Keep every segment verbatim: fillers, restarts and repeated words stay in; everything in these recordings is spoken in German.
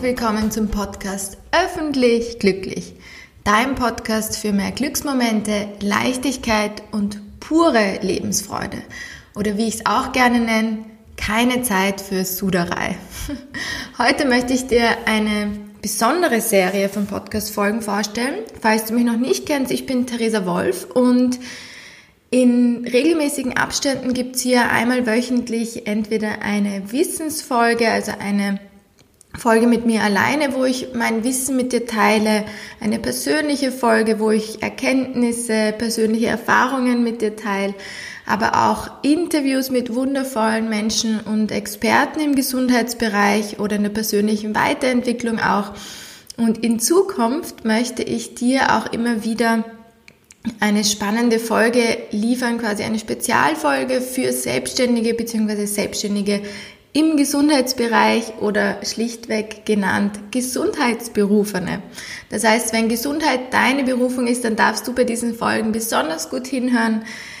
willkommen zum Podcast Öffentlich Glücklich, dein Podcast für mehr Glücksmomente, Leichtigkeit und pure Lebensfreude. Oder wie ich es auch gerne nenne, keine Zeit für Suderei. Heute möchte ich dir eine besondere Serie von Podcast-Folgen vorstellen. Falls du mich noch nicht kennst, ich bin Theresa Wolf und in regelmäßigen Abständen gibt es hier einmal wöchentlich entweder eine Wissensfolge, also eine Folge mit mir alleine, wo ich mein Wissen mit dir teile, eine persönliche Folge, wo ich Erkenntnisse, persönliche Erfahrungen mit dir teile, aber auch Interviews mit wundervollen Menschen und Experten im Gesundheitsbereich oder in der persönlichen Weiterentwicklung auch. Und in Zukunft möchte ich dir auch immer wieder eine spannende Folge liefern, quasi eine Spezialfolge für Selbstständige bzw. Selbstständige im Gesundheitsbereich oder schlichtweg genannt Gesundheitsberufene. Das heißt, wenn Gesundheit deine Berufung ist, dann darfst du bei diesen Folgen besonders gut hinhören,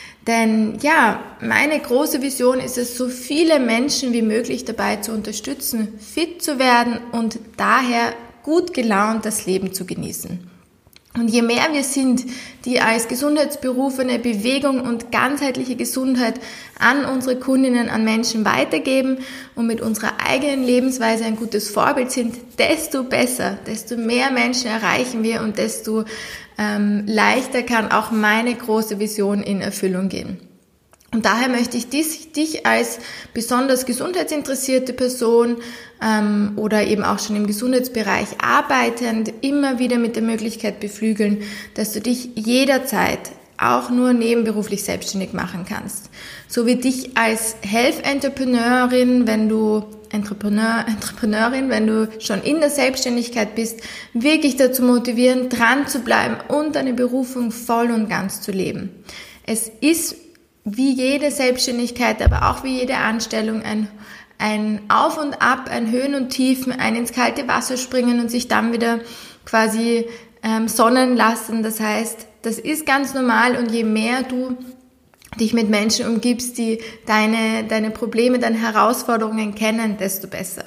denn ja, meine große Vision ist es, so viele Menschen wie möglich dabei zu unterstützen, fit zu werden und daher gut gelaunt das Leben zu genießen. Und je mehr wir sind, die als Gesundheitsberufene Bewegung und ganzheitliche Gesundheit an unsere Kundinnen, an Menschen weitergeben und mit unserer eigenen Lebensweise ein gutes Vorbild sind, desto besser, desto mehr Menschen erreichen wir und desto ähm, leichter kann auch meine große Vision in Erfüllung gehen. Und daher möchte ich dich, dich als besonders gesundheitsinteressierte Person ähm, oder eben auch schon im Gesundheitsbereich arbeitend immer wieder mit der Möglichkeit beflügeln, dass du dich jederzeit auch nur nebenberuflich selbstständig machen kannst. So wie dich als Health-Entrepreneurin, wenn du Entrepreneur, Entrepreneurin, wenn du schon in der Selbstständigkeit bist, wirklich dazu motivieren, dran zu bleiben und deine Berufung voll und ganz zu leben. Es ist wie jede Selbstständigkeit, aber auch wie jede Anstellung ein, ein Auf und Ab, ein Höhen und Tiefen, ein ins kalte Wasser springen und sich dann wieder quasi ähm, sonnen lassen. Das heißt, das ist ganz normal und je mehr du dich mit Menschen umgibst, die deine, deine Probleme, deine Herausforderungen kennen, desto besser.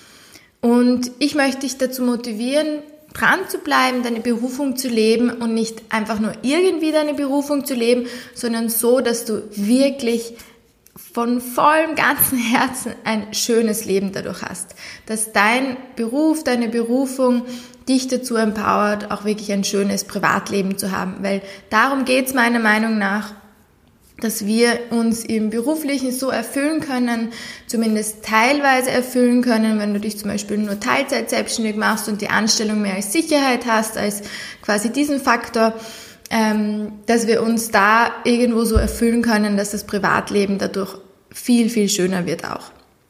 Und ich möchte dich dazu motivieren, dran zu bleiben, deine Berufung zu leben und nicht einfach nur irgendwie deine Berufung zu leben, sondern so, dass du wirklich von vollem ganzen Herzen ein schönes Leben dadurch hast. Dass dein Beruf, deine Berufung dich dazu empowert, auch wirklich ein schönes Privatleben zu haben. Weil darum geht es meiner Meinung nach, dass wir uns im Beruflichen so erfüllen können, zumindest teilweise erfüllen können, wenn du dich zum Beispiel nur Teilzeit selbstständig machst und die Anstellung mehr als Sicherheit hast, als quasi diesen Faktor, ähm, dass wir uns da irgendwo so erfüllen können, dass das Privatleben dadurch viel, viel schöner wird auch.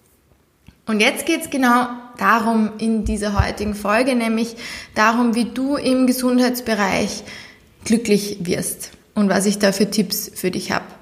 Und jetzt geht's genau darum in dieser heutigen Folge, nämlich darum, wie du im Gesundheitsbereich glücklich wirst und was ich da für Tipps für dich habe.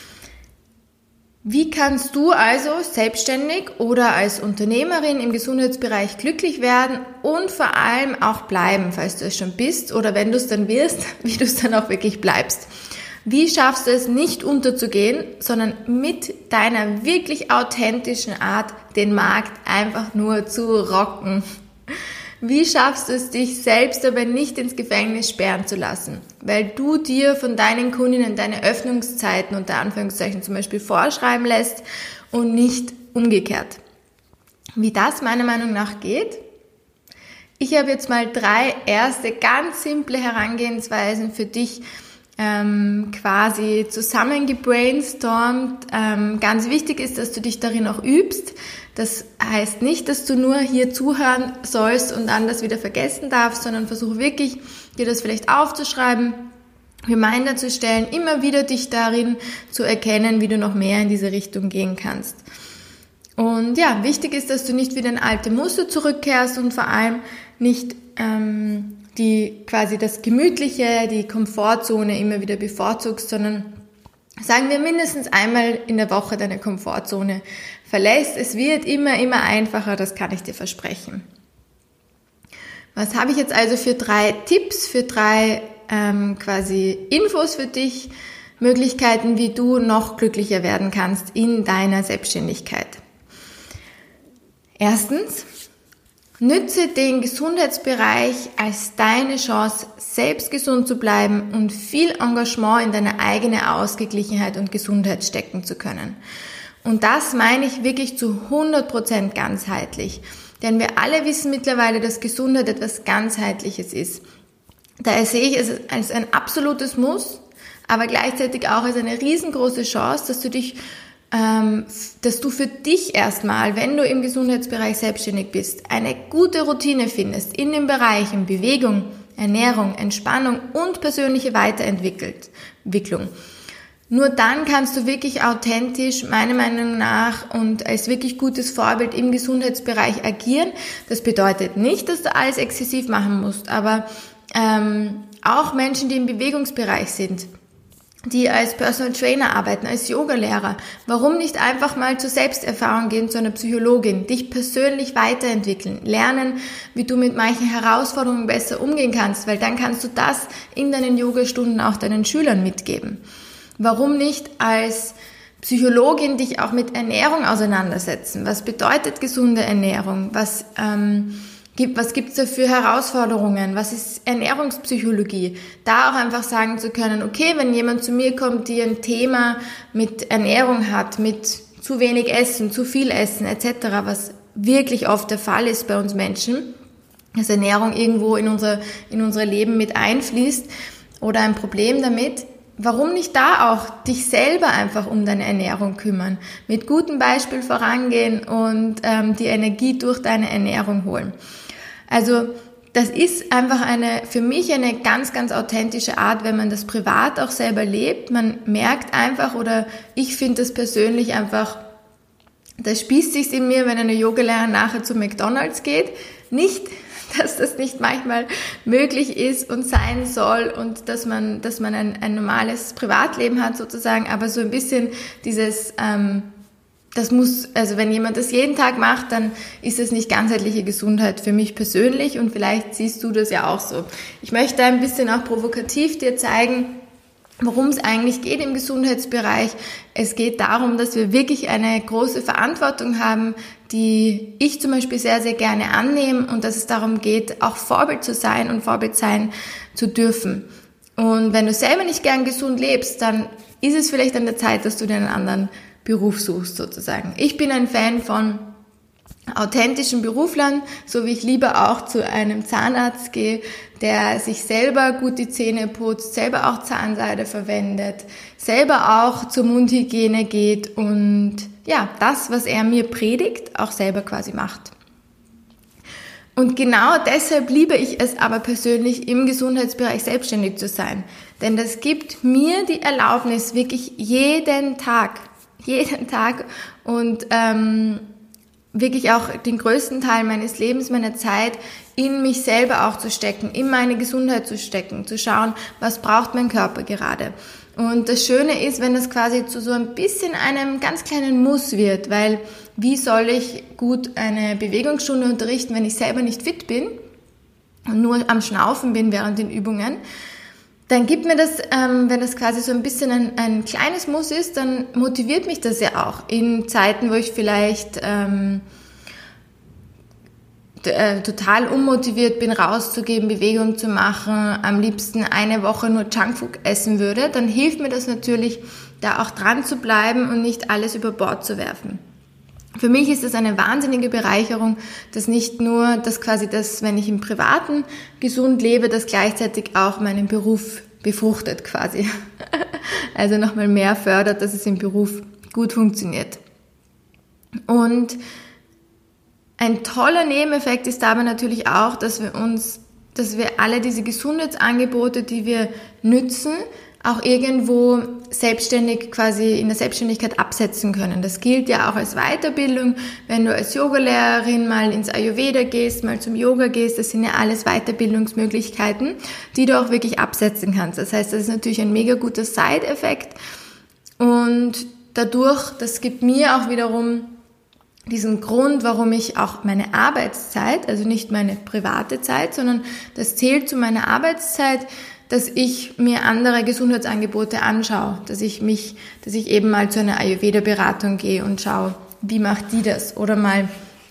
Wie kannst du also selbstständig oder als Unternehmerin im Gesundheitsbereich glücklich werden und vor allem auch bleiben, falls du es schon bist oder wenn du es dann wirst, wie du es dann auch wirklich bleibst? Wie schaffst du es nicht unterzugehen, sondern mit deiner wirklich authentischen Art den Markt einfach nur zu rocken? Wie schaffst du es, dich selbst aber nicht ins Gefängnis sperren zu lassen, weil du dir von deinen Kundinnen deine Öffnungszeiten unter Anführungszeichen zum Beispiel vorschreiben lässt und nicht umgekehrt? Wie das meiner Meinung nach geht? Ich habe jetzt mal drei erste ganz simple Herangehensweisen für dich ähm, quasi zusammengebrainstormt. Ähm, ganz wichtig ist, dass du dich darin auch übst. Das heißt nicht, dass du nur hier zuhören sollst und dann das wieder vergessen darfst, sondern versuch wirklich, dir das vielleicht aufzuschreiben, Reminder zu stellen, immer wieder dich darin zu erkennen, wie du noch mehr in diese Richtung gehen kannst. Und ja, wichtig ist, dass du nicht wieder in alte Muster zurückkehrst und vor allem nicht ähm, die quasi das Gemütliche, die Komfortzone immer wieder bevorzugst, sondern sagen wir mindestens einmal in der Woche deine Komfortzone verlässt. Es wird immer, immer einfacher, das kann ich dir versprechen. Was habe ich jetzt also für drei Tipps, für drei ähm, quasi Infos für dich, Möglichkeiten, wie du noch glücklicher werden kannst in deiner Selbstständigkeit? Erstens, Nütze den Gesundheitsbereich als deine Chance, selbst gesund zu bleiben und viel Engagement in deine eigene Ausgeglichenheit und Gesundheit stecken zu können. Und das meine ich wirklich zu hundert Prozent ganzheitlich. Denn wir alle wissen mittlerweile, dass Gesundheit etwas Ganzheitliches ist. Daher sehe ich es als ein absolutes Muss, aber gleichzeitig auch als eine riesengroße Chance, dass du dich Ähm, dass du für dich erstmal, wenn du im Gesundheitsbereich selbstständig bist, eine gute Routine findest in den Bereichen Bewegung, Ernährung, Entspannung und persönliche Weiterentwicklung. Nur dann kannst du wirklich authentisch, meiner Meinung nach, und als wirklich gutes Vorbild im Gesundheitsbereich agieren. Das bedeutet nicht, dass du alles exzessiv machen musst, aber ähm, auch Menschen, die im Bewegungsbereich sind, die als Personal Trainer arbeiten, als Yogalehrer. Warum nicht einfach mal zur Selbsterfahrung gehen, zu einer Psychologin, dich persönlich weiterentwickeln, lernen, wie du mit manchen Herausforderungen besser umgehen kannst, weil dann kannst du das in deinen Yogastunden auch deinen Schülern mitgeben. Warum nicht als Psychologin dich auch mit Ernährung auseinandersetzen? Was bedeutet gesunde Ernährung? Was ähm, gibt, was gibt's da für Herausforderungen? Was ist Ernährungspsychologie? Da auch einfach sagen zu können, okay, wenn jemand zu mir kommt, die ein Thema mit Ernährung hat, mit zu wenig Essen, zu viel Essen et cetera, was wirklich oft der Fall ist bei uns Menschen, dass Ernährung irgendwo in unser, in unser Leben mit einfließt oder ein Problem damit, warum nicht da auch dich selber einfach um deine Ernährung kümmern, mit gutem Beispiel vorangehen und ähm, die Energie durch deine Ernährung holen. Also das ist einfach eine, für mich eine ganz, ganz authentische Art, wenn man das privat auch selber lebt. Man merkt einfach, oder ich finde das persönlich einfach, da spießt sich's in mir, wenn eine Yogalehrerin nachher zu McDonald's geht. Nicht, dass das nicht manchmal möglich ist und sein soll und dass man, dass man ein, ein normales Privatleben hat sozusagen, aber so ein bisschen dieses, ähm, das muss, also wenn jemand das jeden Tag macht, dann ist es nicht ganzheitliche Gesundheit für mich persönlich und vielleicht siehst du das ja auch so. Ich möchte ein bisschen auch provokativ dir zeigen, worum es eigentlich geht im Gesundheitsbereich. Es geht darum, dass wir wirklich eine große Verantwortung haben, die ich zum Beispiel sehr, sehr gerne annehme und dass es darum geht, auch Vorbild zu sein und Vorbild sein zu dürfen. Und wenn du selber nicht gern gesund lebst, dann ist es vielleicht an der Zeit, dass du dir einen anderen Beruf suchst sozusagen. Ich bin ein Fan von authentischen Beruflern, so wie ich lieber auch zu einem Zahnarzt gehe, der sich selber gut die Zähne putzt, selber auch Zahnseide verwendet, selber auch zur Mundhygiene geht und ja, das, was er mir predigt, auch selber quasi macht. Und genau deshalb liebe ich es aber persönlich, im Gesundheitsbereich selbstständig zu sein. Denn das gibt mir die Erlaubnis, wirklich jeden Tag, jeden Tag und ähm, wirklich auch den größten Teil meines Lebens, meiner Zeit in mich selber auch zu stecken, in meine Gesundheit zu stecken, zu schauen, was braucht mein Körper gerade. Und das Schöne ist, wenn das quasi zu so ein bisschen einem ganz kleinen Muss wird, weil wie soll ich gut eine Bewegungsstunde unterrichten, wenn ich selber nicht fit bin und nur am Schnaufen bin während den Übungen, dann gibt mir das, ähm, wenn das quasi so ein bisschen ein, ein kleines Muss ist, dann motiviert mich das ja auch in Zeiten, wo ich vielleicht ähm, äh, total unmotiviert bin, rauszugehen, Bewegung zu machen, am liebsten eine Woche nur Junkfood essen würde, dann hilft mir das natürlich, da auch dran zu bleiben und nicht alles über Bord zu werfen. Für mich ist es eine wahnsinnige Bereicherung, dass nicht nur, dass quasi das, wenn ich im Privaten gesund lebe, das gleichzeitig auch meinen Beruf befruchtet quasi. Also nochmal mehr fördert, dass es im Beruf gut funktioniert. Und ein toller Nebeneffekt ist dabei natürlich auch, dass wir uns, dass wir alle diese Gesundheitsangebote, die wir nützen, auch irgendwo selbstständig quasi in der Selbstständigkeit absetzen können. Das gilt ja auch als Weiterbildung. Wenn du als Yogalehrerin mal ins Ayurveda gehst, mal zum Yoga gehst, das sind ja alles Weiterbildungsmöglichkeiten, die du auch wirklich absetzen kannst. Das heißt, das ist natürlich ein mega guter Side-Effekt und dadurch, das gibt mir auch wiederum diesen Grund, warum ich auch meine Arbeitszeit, also nicht meine private Zeit, sondern das zählt zu meiner Arbeitszeit, dass ich mir andere Gesundheitsangebote anschaue, dass ich mich, dass ich eben mal zu einer Ayurveda-Beratung gehe und schaue, wie macht die das? Oder mal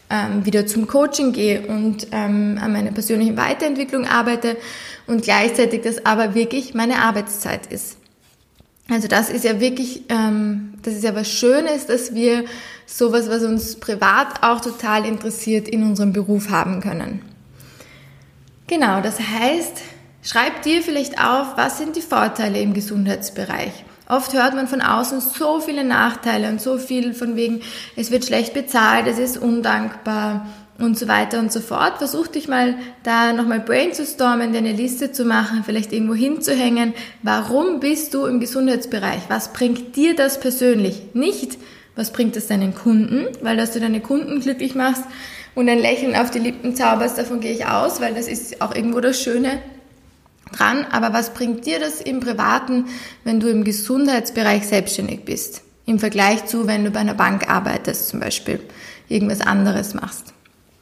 ähm, wieder zum Coaching gehe und ähm, an meiner persönlichen Weiterentwicklung arbeite und gleichzeitig das aber wirklich meine Arbeitszeit ist. Also das ist ja wirklich, ähm, das ist ja was Schönes, dass wir sowas, was uns privat auch total interessiert, in unserem Beruf haben können. Genau, das heißt, schreib dir vielleicht auf, was sind die Vorteile im Gesundheitsbereich. Oft hört man von außen so viele Nachteile und so viel von wegen, es wird schlecht bezahlt, es ist undankbar und so weiter und so fort. Versuch dich mal da nochmal brainstormen, dir eine Liste zu machen, vielleicht irgendwo hinzuhängen. Warum bist du im Gesundheitsbereich? Was bringt dir das persönlich? Nicht, was bringt es deinen Kunden, weil dass du deine Kunden glücklich machst und ein Lächeln auf die Lippen zauberst, davon gehe ich aus, weil das ist auch irgendwo das Schöne dran. Aber was bringt dir das im Privaten, wenn du im Gesundheitsbereich selbstständig bist? Im Vergleich zu, wenn du bei einer Bank arbeitest zum Beispiel, irgendwas anderes machst.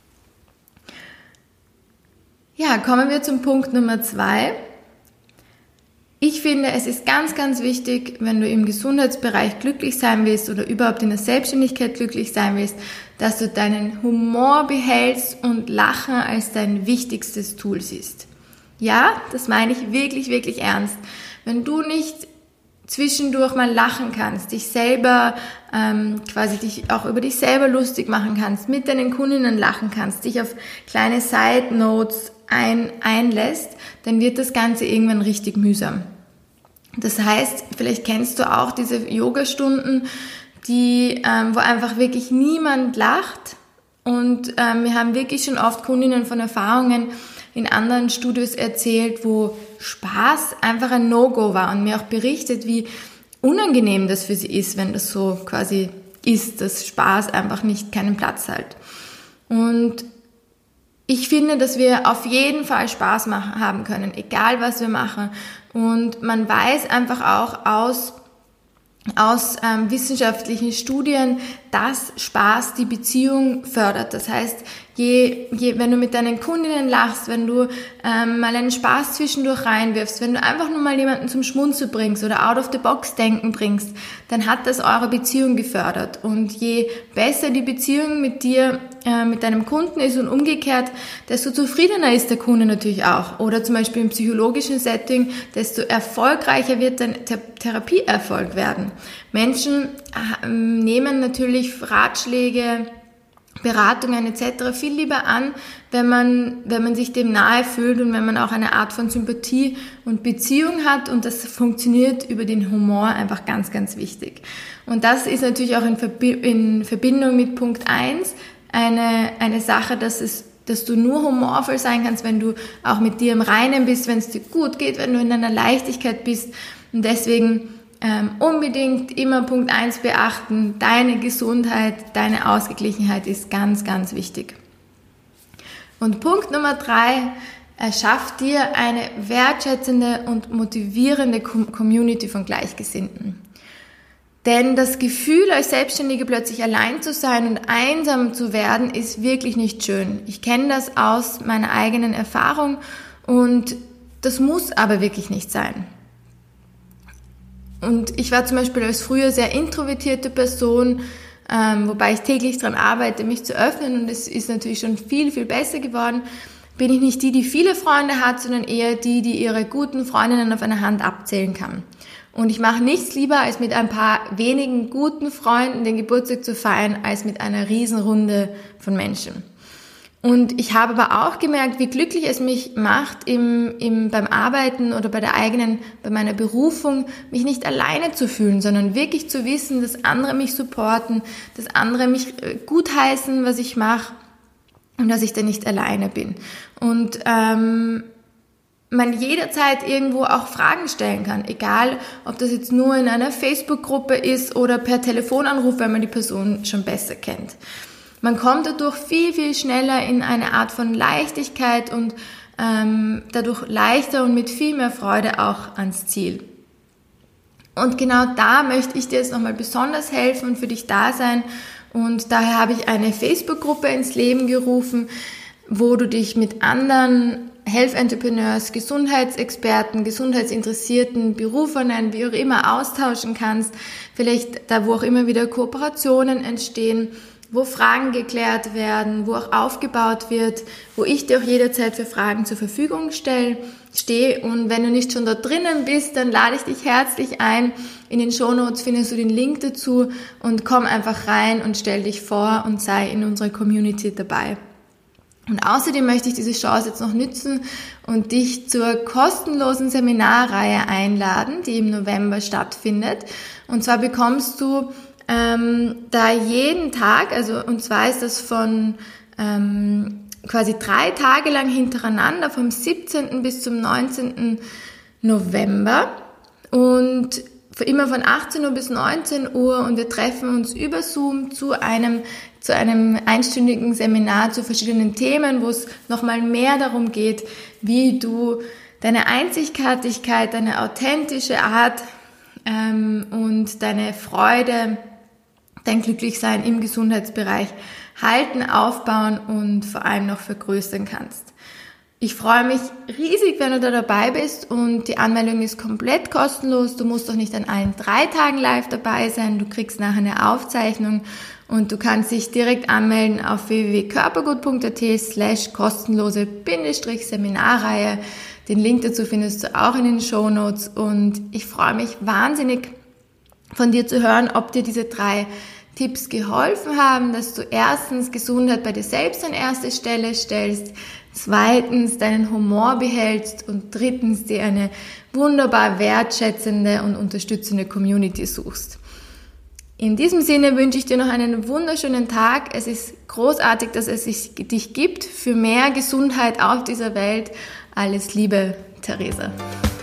Ja, kommen wir zum Punkt Nummer zwei. Ich finde, es ist ganz, ganz wichtig, wenn du im Gesundheitsbereich glücklich sein willst oder überhaupt in der Selbstständigkeit glücklich sein willst, dass du deinen Humor behältst und Lachen als dein wichtigstes Tool siehst. Ja, das meine ich wirklich, wirklich ernst. Wenn du nicht zwischendurch mal lachen kannst, dich selber, ähm, quasi dich auch über dich selber lustig machen kannst, mit deinen Kundinnen lachen kannst, dich auf kleine Side Notes ein, einlässt, dann wird das Ganze irgendwann richtig mühsam. Das heißt, vielleicht kennst du auch diese Yoga-Stunden, die, ähm, wo einfach wirklich niemand lacht. Und ähm, wir haben wirklich schon oft Kundinnen von Erfahrungen in anderen Studios erzählt, wo Spaß einfach ein No-Go war und mir auch berichtet, wie unangenehm das für sie ist, wenn das so quasi ist, dass Spaß einfach nicht keinen Platz hat. Und ich finde, dass wir auf jeden Fall Spaß machen, haben können, egal was wir machen. Und man weiß einfach auch aus, aus ähm, wissenschaftlichen Studien, dass Spaß die Beziehung fördert. Das heißt, je, je, wenn du mit deinen Kundinnen lachst, wenn du ähm, mal einen Spaß zwischendurch reinwirfst, wenn du einfach nur mal jemanden zum Schmunzeln bringst oder Out-of-the-Box-Denken bringst, dann hat das eure Beziehung gefördert. Und je besser die Beziehung mit dir, äh, mit deinem Kunden ist und umgekehrt, desto zufriedener ist der Kunde natürlich auch. Oder zum Beispiel im psychologischen Setting, desto erfolgreicher wird dein Th- Therapieerfolg werden. Menschen äh, nehmen natürlich Ratschläge, Beratungen et cetera viel lieber an, wenn man, wenn man sich dem nahe fühlt und wenn man auch eine Art von Sympathie und Beziehung hat, und das funktioniert über den Humor einfach ganz, ganz wichtig. Und das ist natürlich auch in, Verbi- in Verbindung mit Punkt eins eine, eine Sache, dass es dass du nur humorvoll sein kannst, wenn du auch mit dir im Reinen bist, wenn es dir gut geht, wenn du in einer Leichtigkeit bist. Und deswegen Ähm, unbedingt immer Punkt eins beachten, deine Gesundheit, deine Ausgeglichenheit ist ganz, ganz wichtig. Und Punkt Nummer drei, erschaff dir eine wertschätzende und motivierende Community von Gleichgesinnten. Denn das Gefühl, als Selbstständige plötzlich allein zu sein und einsam zu werden, ist wirklich nicht schön. Ich kenne das aus meiner eigenen Erfahrung und das muss aber wirklich nicht sein. Und ich war zum Beispiel als früher sehr introvertierte Person, ähm, wobei ich täglich daran arbeite, mich zu öffnen, und es ist natürlich schon viel, viel besser geworden, bin ich nicht die, die viele Freunde hat, sondern eher die, die ihre guten Freundinnen auf einer Hand abzählen kann. Und ich mache nichts lieber, als mit ein paar wenigen guten Freunden den Geburtstag zu feiern, als mit einer Riesenrunde von Menschen. Und ich habe aber auch gemerkt, wie glücklich es mich macht, im, im, beim Arbeiten oder bei der eigenen, bei meiner Berufung, mich nicht alleine zu fühlen, sondern wirklich zu wissen, dass andere mich supporten, dass andere mich gutheißen, was ich mache, und dass ich da nicht alleine bin. Und ähm, man jederzeit irgendwo auch Fragen stellen kann, egal ob das jetzt nur in einer Facebook-Gruppe ist oder per Telefonanruf, wenn man die Person schon besser kennt. Man kommt dadurch viel, viel schneller in eine Art von Leichtigkeit und ähm, dadurch leichter und mit viel mehr Freude auch ans Ziel. Und genau da möchte ich dir jetzt nochmal besonders helfen und für dich da sein. Und daher habe ich eine Facebook-Gruppe ins Leben gerufen, wo du dich mit anderen Health Entrepreneurs, Gesundheitsexperten, Gesundheitsinteressierten, Berufern, wie auch immer austauschen kannst. Vielleicht da, wo auch immer wieder Kooperationen entstehen. wo Fragen geklärt werden, wo auch aufgebaut wird, wo ich dir auch jederzeit für Fragen zur Verfügung stelle, stehe. Und wenn du nicht schon dort drinnen bist, dann lade ich dich herzlich ein. In den Shownotes findest du den Link dazu und komm einfach rein und stell dich vor und sei in unserer Community dabei. Und außerdem möchte ich diese Chance jetzt noch nützen und dich zur kostenlosen Seminarreihe einladen, die im November stattfindet. Und zwar bekommst du ähm, da jeden Tag, also und zwar ist das von ähm, quasi drei Tage lang hintereinander, vom siebzehnten bis zum neunzehnten November und immer von achtzehn Uhr bis neunzehn Uhr, und wir treffen uns über Zoom zu einem zu einem einstündigen Seminar zu verschiedenen Themen, wo es nochmal mehr darum geht, wie du deine Einzigartigkeit, deine authentische Art ähm, und deine Freude, dein Glücklichsein im Gesundheitsbereich halten, aufbauen und vor allem noch vergrößern kannst. Ich freue mich riesig, wenn du da dabei bist, und die Anmeldung ist komplett kostenlos. Du musst doch nicht an allen drei Tagen live dabei sein. Du kriegst nachher eine Aufzeichnung und du kannst dich direkt anmelden auf w w w punkt körpergut punkt a t slash kostenlose Bindestrich Seminarreihe. Den Link dazu findest du auch in den Shownotes, und ich freue mich wahnsinnig von dir zu hören, ob dir diese drei Tipps geholfen haben, dass du erstens Gesundheit bei dir selbst an erste Stelle stellst, zweitens deinen Humor behältst und drittens dir eine wunderbar wertschätzende und unterstützende Community suchst. In diesem Sinne wünsche ich dir noch einen wunderschönen Tag. Es ist großartig, dass es dich gibt für mehr Gesundheit auf dieser Welt. Alles Liebe, Theresa.